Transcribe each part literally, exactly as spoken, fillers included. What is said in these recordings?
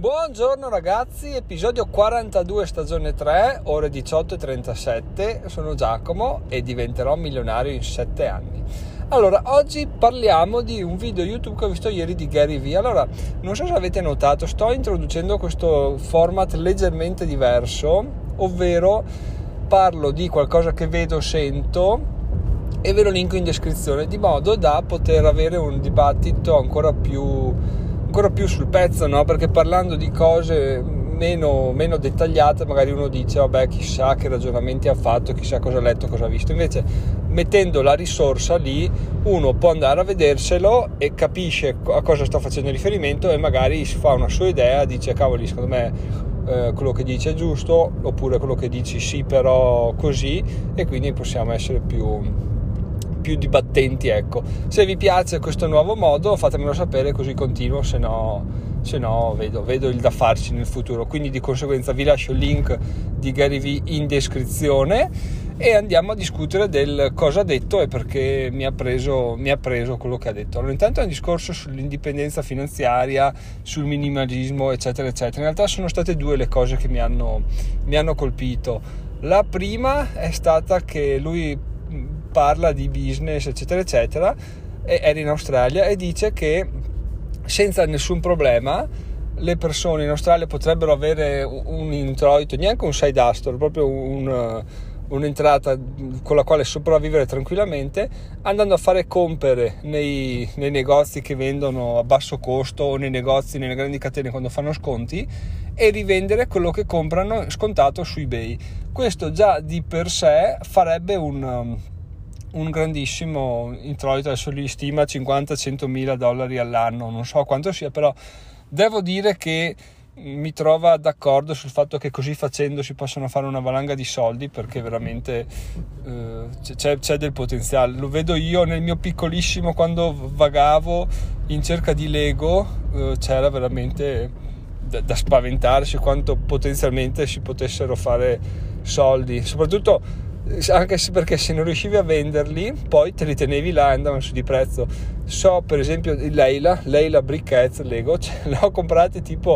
Buongiorno ragazzi, episodio quarantadue stagione tre, ore diciotto e trentasette. Sono Giacomo e diventerò milionario in sette anni. Allora, oggi parliamo di un video YouTube che ho visto ieri di Gary Vee. Allora, non so se avete notato, sto introducendo questo format leggermente diverso, ovvero parlo di qualcosa che vedo, sento e ve lo linko in descrizione, di modo da poter avere un dibattito ancora più ancora più sul pezzo, no? Perché parlando di cose meno, meno dettagliate magari uno dice vabbè, chissà che ragionamenti ha fatto, chissà cosa ha letto, cosa ha visto. Invece mettendo la risorsa lì uno può andare a vederselo e capisce a cosa sto facendo riferimento e magari si fa una sua idea, dice cavoli, secondo me eh, quello che dice è giusto, oppure quello che dici sì però così, e quindi possiamo essere più più dibattenti, ecco. Se vi piace questo nuovo modo fatemelo sapere, così continuo, se no, se no vedo, vedo il da farci nel futuro. Quindi di conseguenza vi lascio il link di Gary Vee in descrizione e andiamo a discutere del cosa ha detto e perché mi ha preso, mi ha preso quello che ha detto. Allora, intanto è un discorso sull'indipendenza finanziaria, sul minimalismo, eccetera eccetera. In realtà sono state due le cose che mi hanno, mi hanno colpito. La prima è stata che lui parla di business eccetera eccetera, e era in Australia e dice che senza nessun problema le persone in Australia potrebbero avere un introito, neanche un side hustle, proprio un, un'entrata con la quale sopravvivere tranquillamente, andando a fare compere nei, nei negozi che vendono a basso costo o nei negozi, nelle grandi catene quando fanno sconti, e rivendere quello che comprano scontato su eBay. Questo già di per sé farebbe un un grandissimo introito. Adesso li stima cinquanta cento mila dollari all'anno, non so quanto sia, però devo dire che mi trova d'accordo sul fatto che così facendo si possono fare una valanga di soldi, perché veramente eh, c'è, c'è del potenziale. Lo vedo io nel mio piccolissimo, quando vagavo in cerca di Lego, eh, c'era veramente da, da spaventarsi quanto potenzialmente si potessero fare soldi, soprattutto anche se, perché se non riuscivi a venderli poi te li tenevi là e andavano su di prezzo. So per esempio il Leila Leila Briquettes Lego, cioè, le ho comprate tipo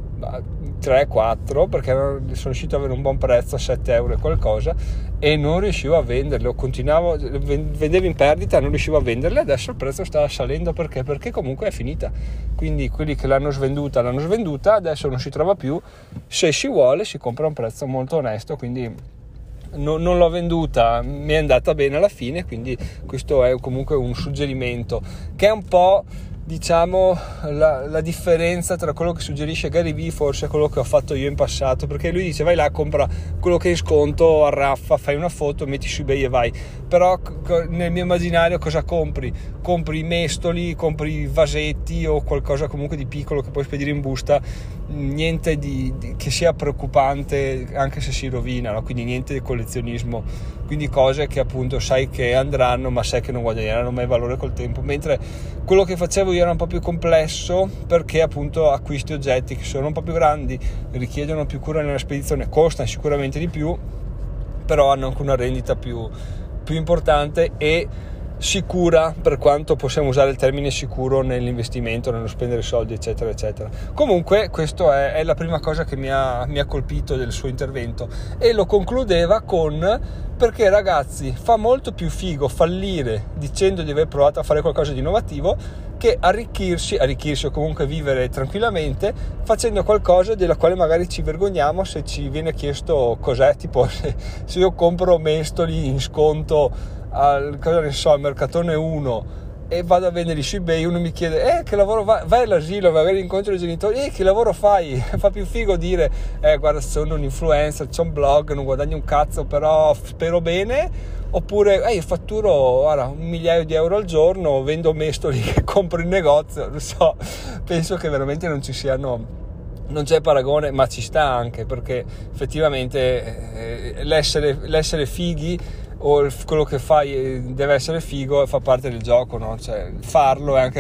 tre quattro perché sono riuscito ad avere un buon prezzo a sette euro e qualcosa, e non riuscivo a venderle, o continuavo, vendevo in perdita, non riuscivo a venderle. Adesso il prezzo sta salendo perché perché comunque è finita, quindi quelli che l'hanno svenduta l'hanno svenduta, adesso non si trova più, se si vuole si compra a un prezzo molto onesto, quindi No, non l'ho venduta, mi è andata bene alla fine, quindi questo è comunque un suggerimento che è un po', diciamo, la, la differenza tra quello che suggerisce Gary Vee forse e quello che ho fatto io in passato, perché lui dice vai là, compra quello che è in sconto, arraffa, fai una foto, metti su eBay e vai. Però nel mio immaginario cosa compri? Compri i mestoli, compri i vasetti o qualcosa comunque di piccolo che puoi spedire in busta, niente di, di che sia preoccupante anche se si rovina, no? Quindi niente di collezionismo, quindi cose che appunto sai che andranno ma sai che non guadagneranno mai valore col tempo. Mentre quello che facevo io era un po' più complesso, perché appunto acquisti oggetti che sono un po' più grandi, richiedono più cura nella spedizione, costano sicuramente di più, però hanno anche una rendita più, più importante e sicura, per quanto possiamo usare il termine sicuro nell'investimento, nello spendere soldi eccetera eccetera. Comunque questa è, è la prima cosa che mi ha, mi ha colpito del suo intervento, e lo concludeva con: perché ragazzi, fa molto più figo fallire dicendo di aver provato a fare qualcosa di innovativo che arricchirsi, arricchirsi o comunque vivere tranquillamente facendo qualcosa della quale magari ci vergogniamo se ci viene chiesto cos'è. Tipo se, se io compro mestoli in sconto al, cosa ne so, al Mercatone uno e vado a venderli su eBay, uno mi chiede eh che lavoro vai, vai all'asilo, magari incontro i genitori, eh che lavoro fai? Fa più figo dire eh guarda, sono un influencer, c'ho un blog, non guadagno un cazzo però spero bene, oppure eh io fatturo guarda, un migliaio di euro al giorno, vendo mestoli che compro in negozio. Non so, penso che veramente non ci siano, non c'è paragone, ma ci sta anche, perché effettivamente eh, l'essere, l'essere fighi o quello che fai deve essere figo, fa parte del gioco, no? Cioè farlo è anche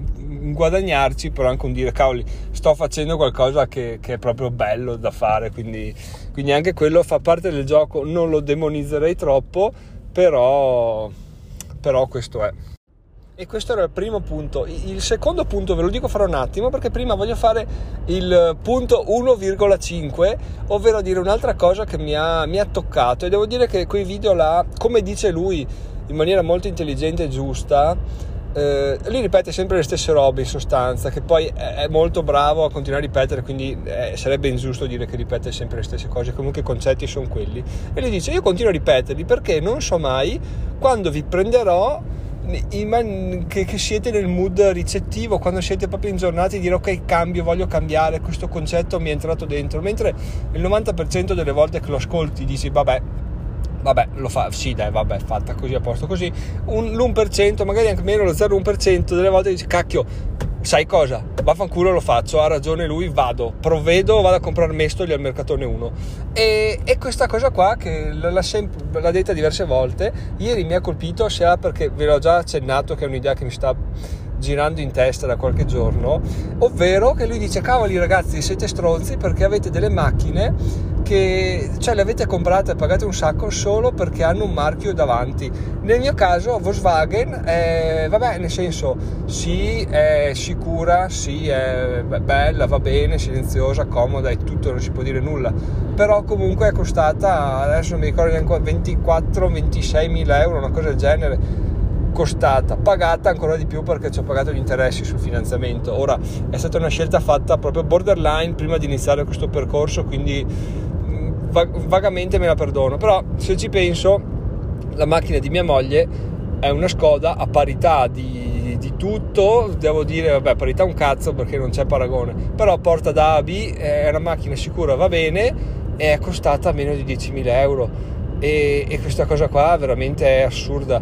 un guadagnarci, però anche un dire cavoli, sto facendo qualcosa che, che è proprio bello da fare, quindi, quindi anche quello fa parte del gioco. Non lo demonizzerei troppo, però, però questo è. E questo era il primo punto. Il secondo punto ve lo dico fra un attimo, perché prima voglio fare il punto uno virgola cinque, ovvero dire un'altra cosa che mi ha, mi ha toccato, e devo dire che quei video là, come dice lui in maniera molto intelligente e giusta, eh, lui ripete sempre le stesse robe in sostanza, che poi è molto bravo a continuare a ripetere, quindi eh, sarebbe ingiusto dire che ripete sempre le stesse cose. Comunque i concetti sono quelli, e lui dice: io continuo a ripeterli perché non so mai quando vi prenderò Che, che siete nel mood ricettivo, quando siete proprio in giornata di dire ok, cambio, voglio cambiare, questo concetto mi è entrato dentro, mentre il novanta per cento delle volte che lo ascolti dici vabbè vabbè lo fa, sì dai vabbè, fatta così, a posto così. Un, l'uno per cento, magari anche meno, lo zero virgola uno per cento delle volte dici cacchio, sai cosa, vaffanculo, lo faccio, ha ragione lui, vado, provvedo, vado a comprare mestoli al Mercatone uno. E, e questa cosa qua che l'ha, sempre, l'ha detta diverse volte, ieri mi ha colpito, sia perché ve l'ho già accennato che è un'idea che mi sta girando in testa da qualche giorno, ovvero che lui dice: cavoli ragazzi, siete stronzi perché avete delle macchine che, cioè, le avete comprate e pagate un sacco solo perché hanno un marchio davanti. Nel mio caso Volkswagen è, vabbè, nel senso, sì, è sicura, sì, è bella, va bene, silenziosa, comoda e tutto, non si può dire nulla, però comunque è costata, adesso non mi ricordo neanche, ventiquattro ventisei mila euro, una cosa del genere, costata, pagata ancora di più perché ci ho pagato gli interessi sul finanziamento. Ora è stata una scelta fatta proprio borderline prima di iniziare questo percorso, quindi vag- vagamente me la perdono, però se ci penso la macchina di mia moglie è una Skoda a parità di, di tutto, devo dire, vabbè, parità un cazzo perché non c'è paragone, però porta da A a B, è una macchina sicura, va bene, e è costata meno di diecimila euro. E, e questa cosa qua veramente è assurda.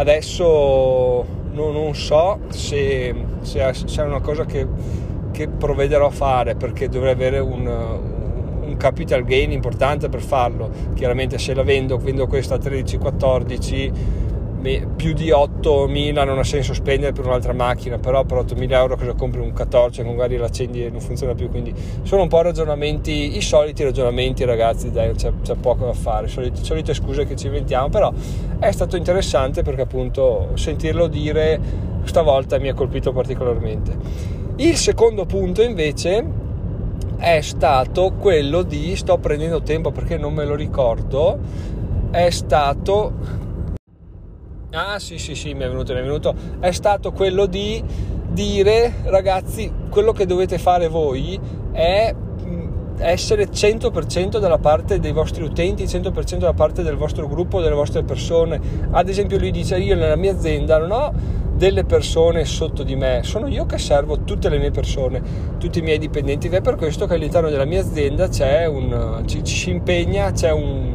Adesso no, non so se, se, se è una cosa che, che provvederò a fare, perché dovrei avere un, un capital gain importante per farlo. Chiaramente se la vendo, vendo questa a tredici quattordici, più di ottomila non ha senso spendere per un'altra macchina, però per ottomila euro cosa compri un quattordici, magari l'accendi e non funziona più. Quindi sono un po' ragionamenti, i soliti ragionamenti, ragazzi, dai, c'è, c'è poco da fare, solite, solite scuse che ci inventiamo, però è stato interessante perché appunto sentirlo dire stavolta mi ha colpito particolarmente. Il secondo punto invece è stato quello di, sto prendendo tempo perché non me lo ricordo, è stato Ah sì sì sì mi è venuto, mi è venuto è stato quello di dire: ragazzi, quello che dovete fare voi è essere cento per cento dalla parte dei vostri utenti, cento per cento dalla parte del vostro gruppo, delle vostre persone. Ad esempio lui dice: io nella mia azienda non ho delle persone sotto di me, sono io che servo tutte le mie persone, tutti i miei dipendenti, ed è per questo che all'interno della mia azienda c'è un ci, ci si impegna, c'è un,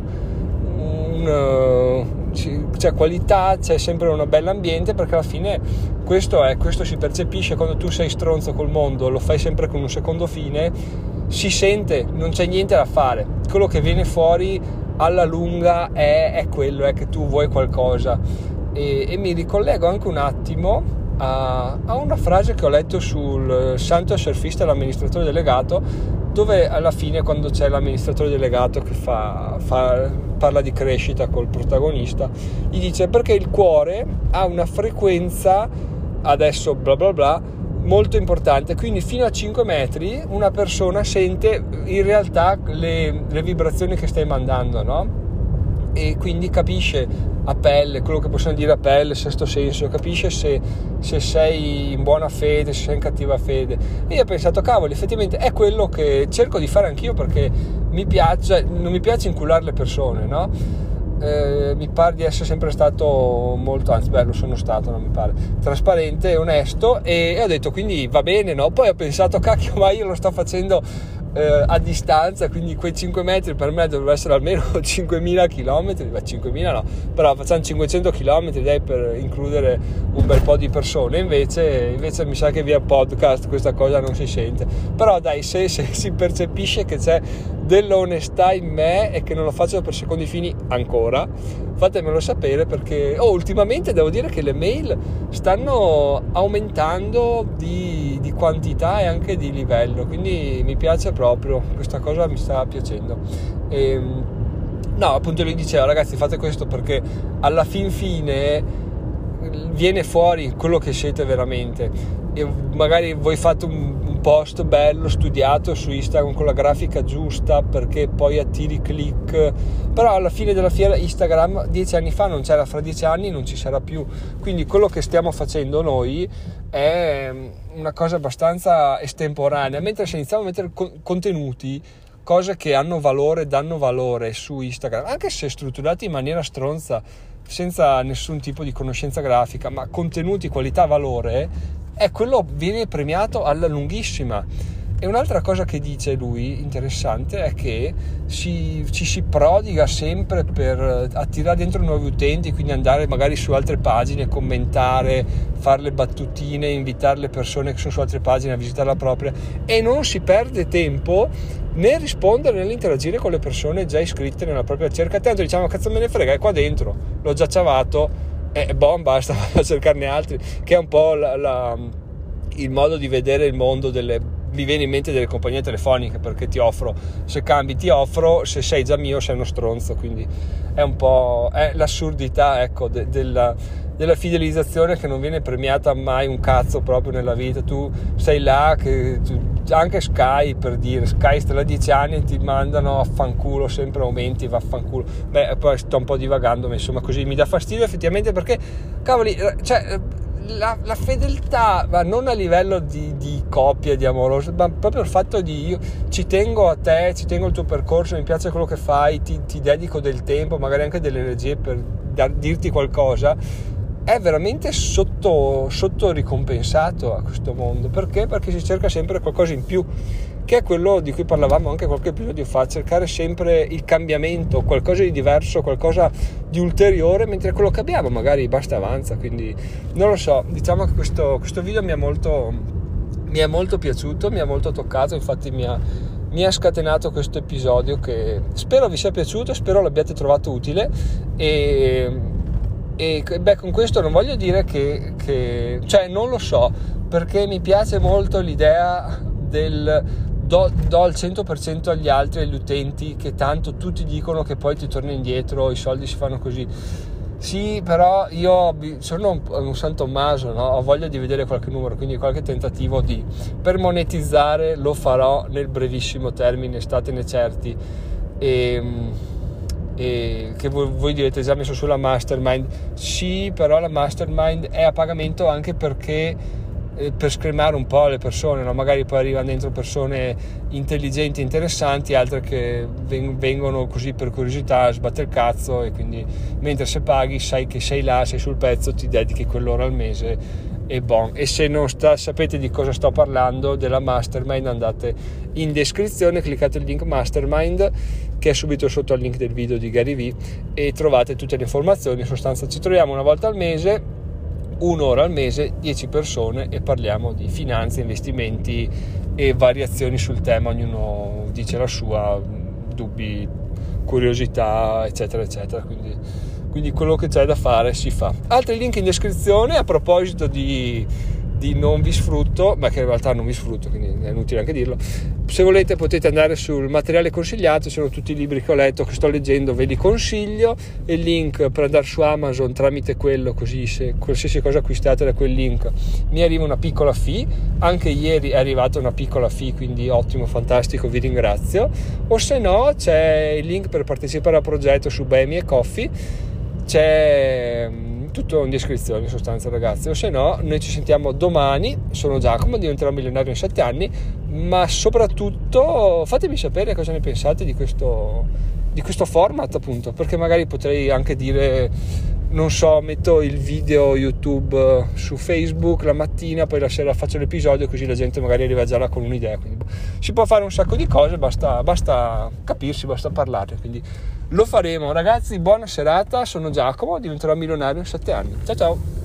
un c'è qualità, c'è sempre un bell'ambiente, perché alla fine questo è, questo si percepisce quando tu sei stronzo col mondo, lo fai sempre con un secondo fine, si sente, non c'è niente da fare, quello che viene fuori alla lunga è, è quello, è che tu vuoi qualcosa. E, e mi ricollego anche un attimo a, a una frase che ho letto sul Santo Surfista e l'amministratore delegato, dove alla fine, quando c'è l'amministratore delegato che fa, fa, parla di crescita col protagonista, gli dice: perché il cuore ha una frequenza, adesso bla bla bla, molto importante, quindi fino a cinque metri una persona sente in realtà le, le vibrazioni che stai mandando, no? E quindi capisce a pelle, quello che possiamo dire a pelle, sesto senso, capisce se, se sei in buona fede, se sei in cattiva fede. E io ho pensato: cavoli, effettivamente è quello che cerco di fare anch'io, perché mi piace, non mi piace inculare le persone, no? Eh, mi pare di essere sempre stato molto, anzi bello sono stato, non mi pare, trasparente e onesto, e, e ho detto quindi va bene, no? Poi ho pensato: cacchio, ma io lo sto facendo eh, a distanza, quindi quei cinque metri per me dovrebbero essere almeno cinquemila chilometri, beh cinquemila no, però facciamo cinquecento chilometri dai, per includere un bel po' di persone. Invece, invece mi sa che via podcast questa cosa non si sente, però dai, se, se si percepisce che c'è dell'onestà in me e che non lo faccio per secondi fini ancora, fatemelo sapere, perché oh, ultimamente devo dire che le mail stanno aumentando di, di quantità e anche di livello, quindi mi piace proprio, questa cosa mi sta piacendo. E, no, appunto lui diceva: ragazzi, fate questo perché alla fin fine viene fuori quello che siete veramente, e magari voi fate un, un post bello studiato su Instagram con la grafica giusta perché poi attiri click, però alla fine della fiera Instagram dieci anni fa non c'era, fra dieci anni non ci sarà più. Quindi quello che stiamo facendo noi è una cosa abbastanza estemporanea, mentre se iniziamo a mettere con- contenuti, cose che hanno valore, danno valore su Instagram, anche se strutturati in maniera stronza, senza nessun tipo di conoscenza grafica, ma contenuti, qualità, valore, è quello viene premiato alla lunghissima. E un'altra cosa che dice lui, interessante, è che si, ci si prodiga sempre per attirare dentro nuovi utenti, quindi andare magari su altre pagine, commentare, fare le battutine, invitare le persone che sono su altre pagine a visitare la propria, e non si perde tempo né rispondere né interagire con le persone già iscritte nella propria cerca. Tanto diciamo, cazzo me ne frega, è qua dentro, l'ho già ciavato, e eh, boh, basta, vado a cercarne altri, che è un po' la, la, il modo di vedere il mondo delle... mi viene in mente delle compagnie telefoniche, perché ti offro, se cambi ti offro, se sei già mio sei uno stronzo. Quindi è un po' è l'assurdità, ecco, de, della, della fidelizzazione, che non viene premiata mai un cazzo proprio nella vita. Tu sei là, che tu, anche Sky, per dire, Sky sta da dieci anni e ti mandano a fanculo, sempre aumenti, vaffanculo. Beh, poi sto un po' divagando, ma insomma così mi dà fastidio effettivamente, perché cavoli, cioè La, la fedeltà, ma non a livello di, di coppia, di amoroso, ma proprio il fatto di io ci tengo a te, ci tengo al tuo percorso, mi piace quello che fai, ti, ti dedico del tempo, magari anche delle energie per dar, dirti qualcosa, è veramente sotto, sotto ricompensato a questo mondo. Perché? Perché si cerca sempre qualcosa in più, che è quello di cui parlavamo anche qualche episodio fa, cercare sempre il cambiamento, qualcosa di diverso, qualcosa di ulteriore, mentre quello che abbiamo magari basta, avanza. Quindi non lo so, diciamo che questo, questo video mi è molto mi è molto piaciuto, mi ha molto toccato, infatti mi ha, mi ha scatenato questo episodio, che spero vi sia piaciuto, spero l'abbiate trovato utile. E, e beh, con questo non voglio dire che, che cioè non lo so, perché mi piace molto l'idea del Do, do il cento per cento agli altri, agli utenti, che tanto tutti dicono che poi ti torna indietro, i soldi si fanno così. Sì, però io sono un, un San Tommaso, no? Ho voglia di vedere qualche numero, quindi qualche tentativo di per monetizzare lo farò nel brevissimo termine, statene certi. E, e che voi, voi direte già messo sulla mastermind. Sì, però la mastermind è a pagamento anche perché per scremare un po' le persone, no? Magari poi arrivano dentro persone intelligenti, interessanti, altre che vengono così per curiosità a sbattere il cazzo, e quindi mentre se paghi sai che sei là, sei sul pezzo, ti dedichi quell'ora al mese e bon. E se non sta, sapete di cosa sto parlando, della mastermind, andate in descrizione, cliccate il link mastermind che è subito sotto al link del video di Gary Vee e trovate tutte le informazioni. In sostanza ci troviamo una volta al mese, un'ora al mese, dieci persone, e parliamo di finanze, investimenti e variazioni sul tema, ognuno dice la sua, dubbi, curiosità, eccetera eccetera. Quindi, quindi quello che c'è da fare si fa. Altri link in descrizione. A proposito di, di non vi sfrutto, ma che in realtà non vi sfrutto, quindi è inutile anche dirlo, se volete potete andare sul materiale consigliato, ci sono tutti i libri che ho letto, che sto leggendo, ve li consiglio, e il link per andare su Amazon tramite quello, così se qualsiasi cosa acquistate da quel link mi arriva una piccola fee. Anche ieri è arrivata una piccola fee, quindi ottimo, fantastico, vi ringrazio. O se no c'è il link per partecipare al progetto su Buy Me a Coffee, c'è tutto in descrizione in sostanza, ragazzi. O se no noi ci sentiamo domani. Sono Giacomo, diventerò milionario in sette anni, ma soprattutto fatemi sapere cosa ne pensate di questo di questo format, appunto, perché magari potrei anche dire, non so, metto il video YouTube su Facebook la mattina, poi la sera faccio l'episodio, così la gente magari arriva già là con un'idea. Quindi si può fare un sacco di cose, basta, basta capirsi, basta parlare, quindi lo faremo. Ragazzi, buona serata, sono Giacomo, diventerò milionario in sette anni. Ciao ciao.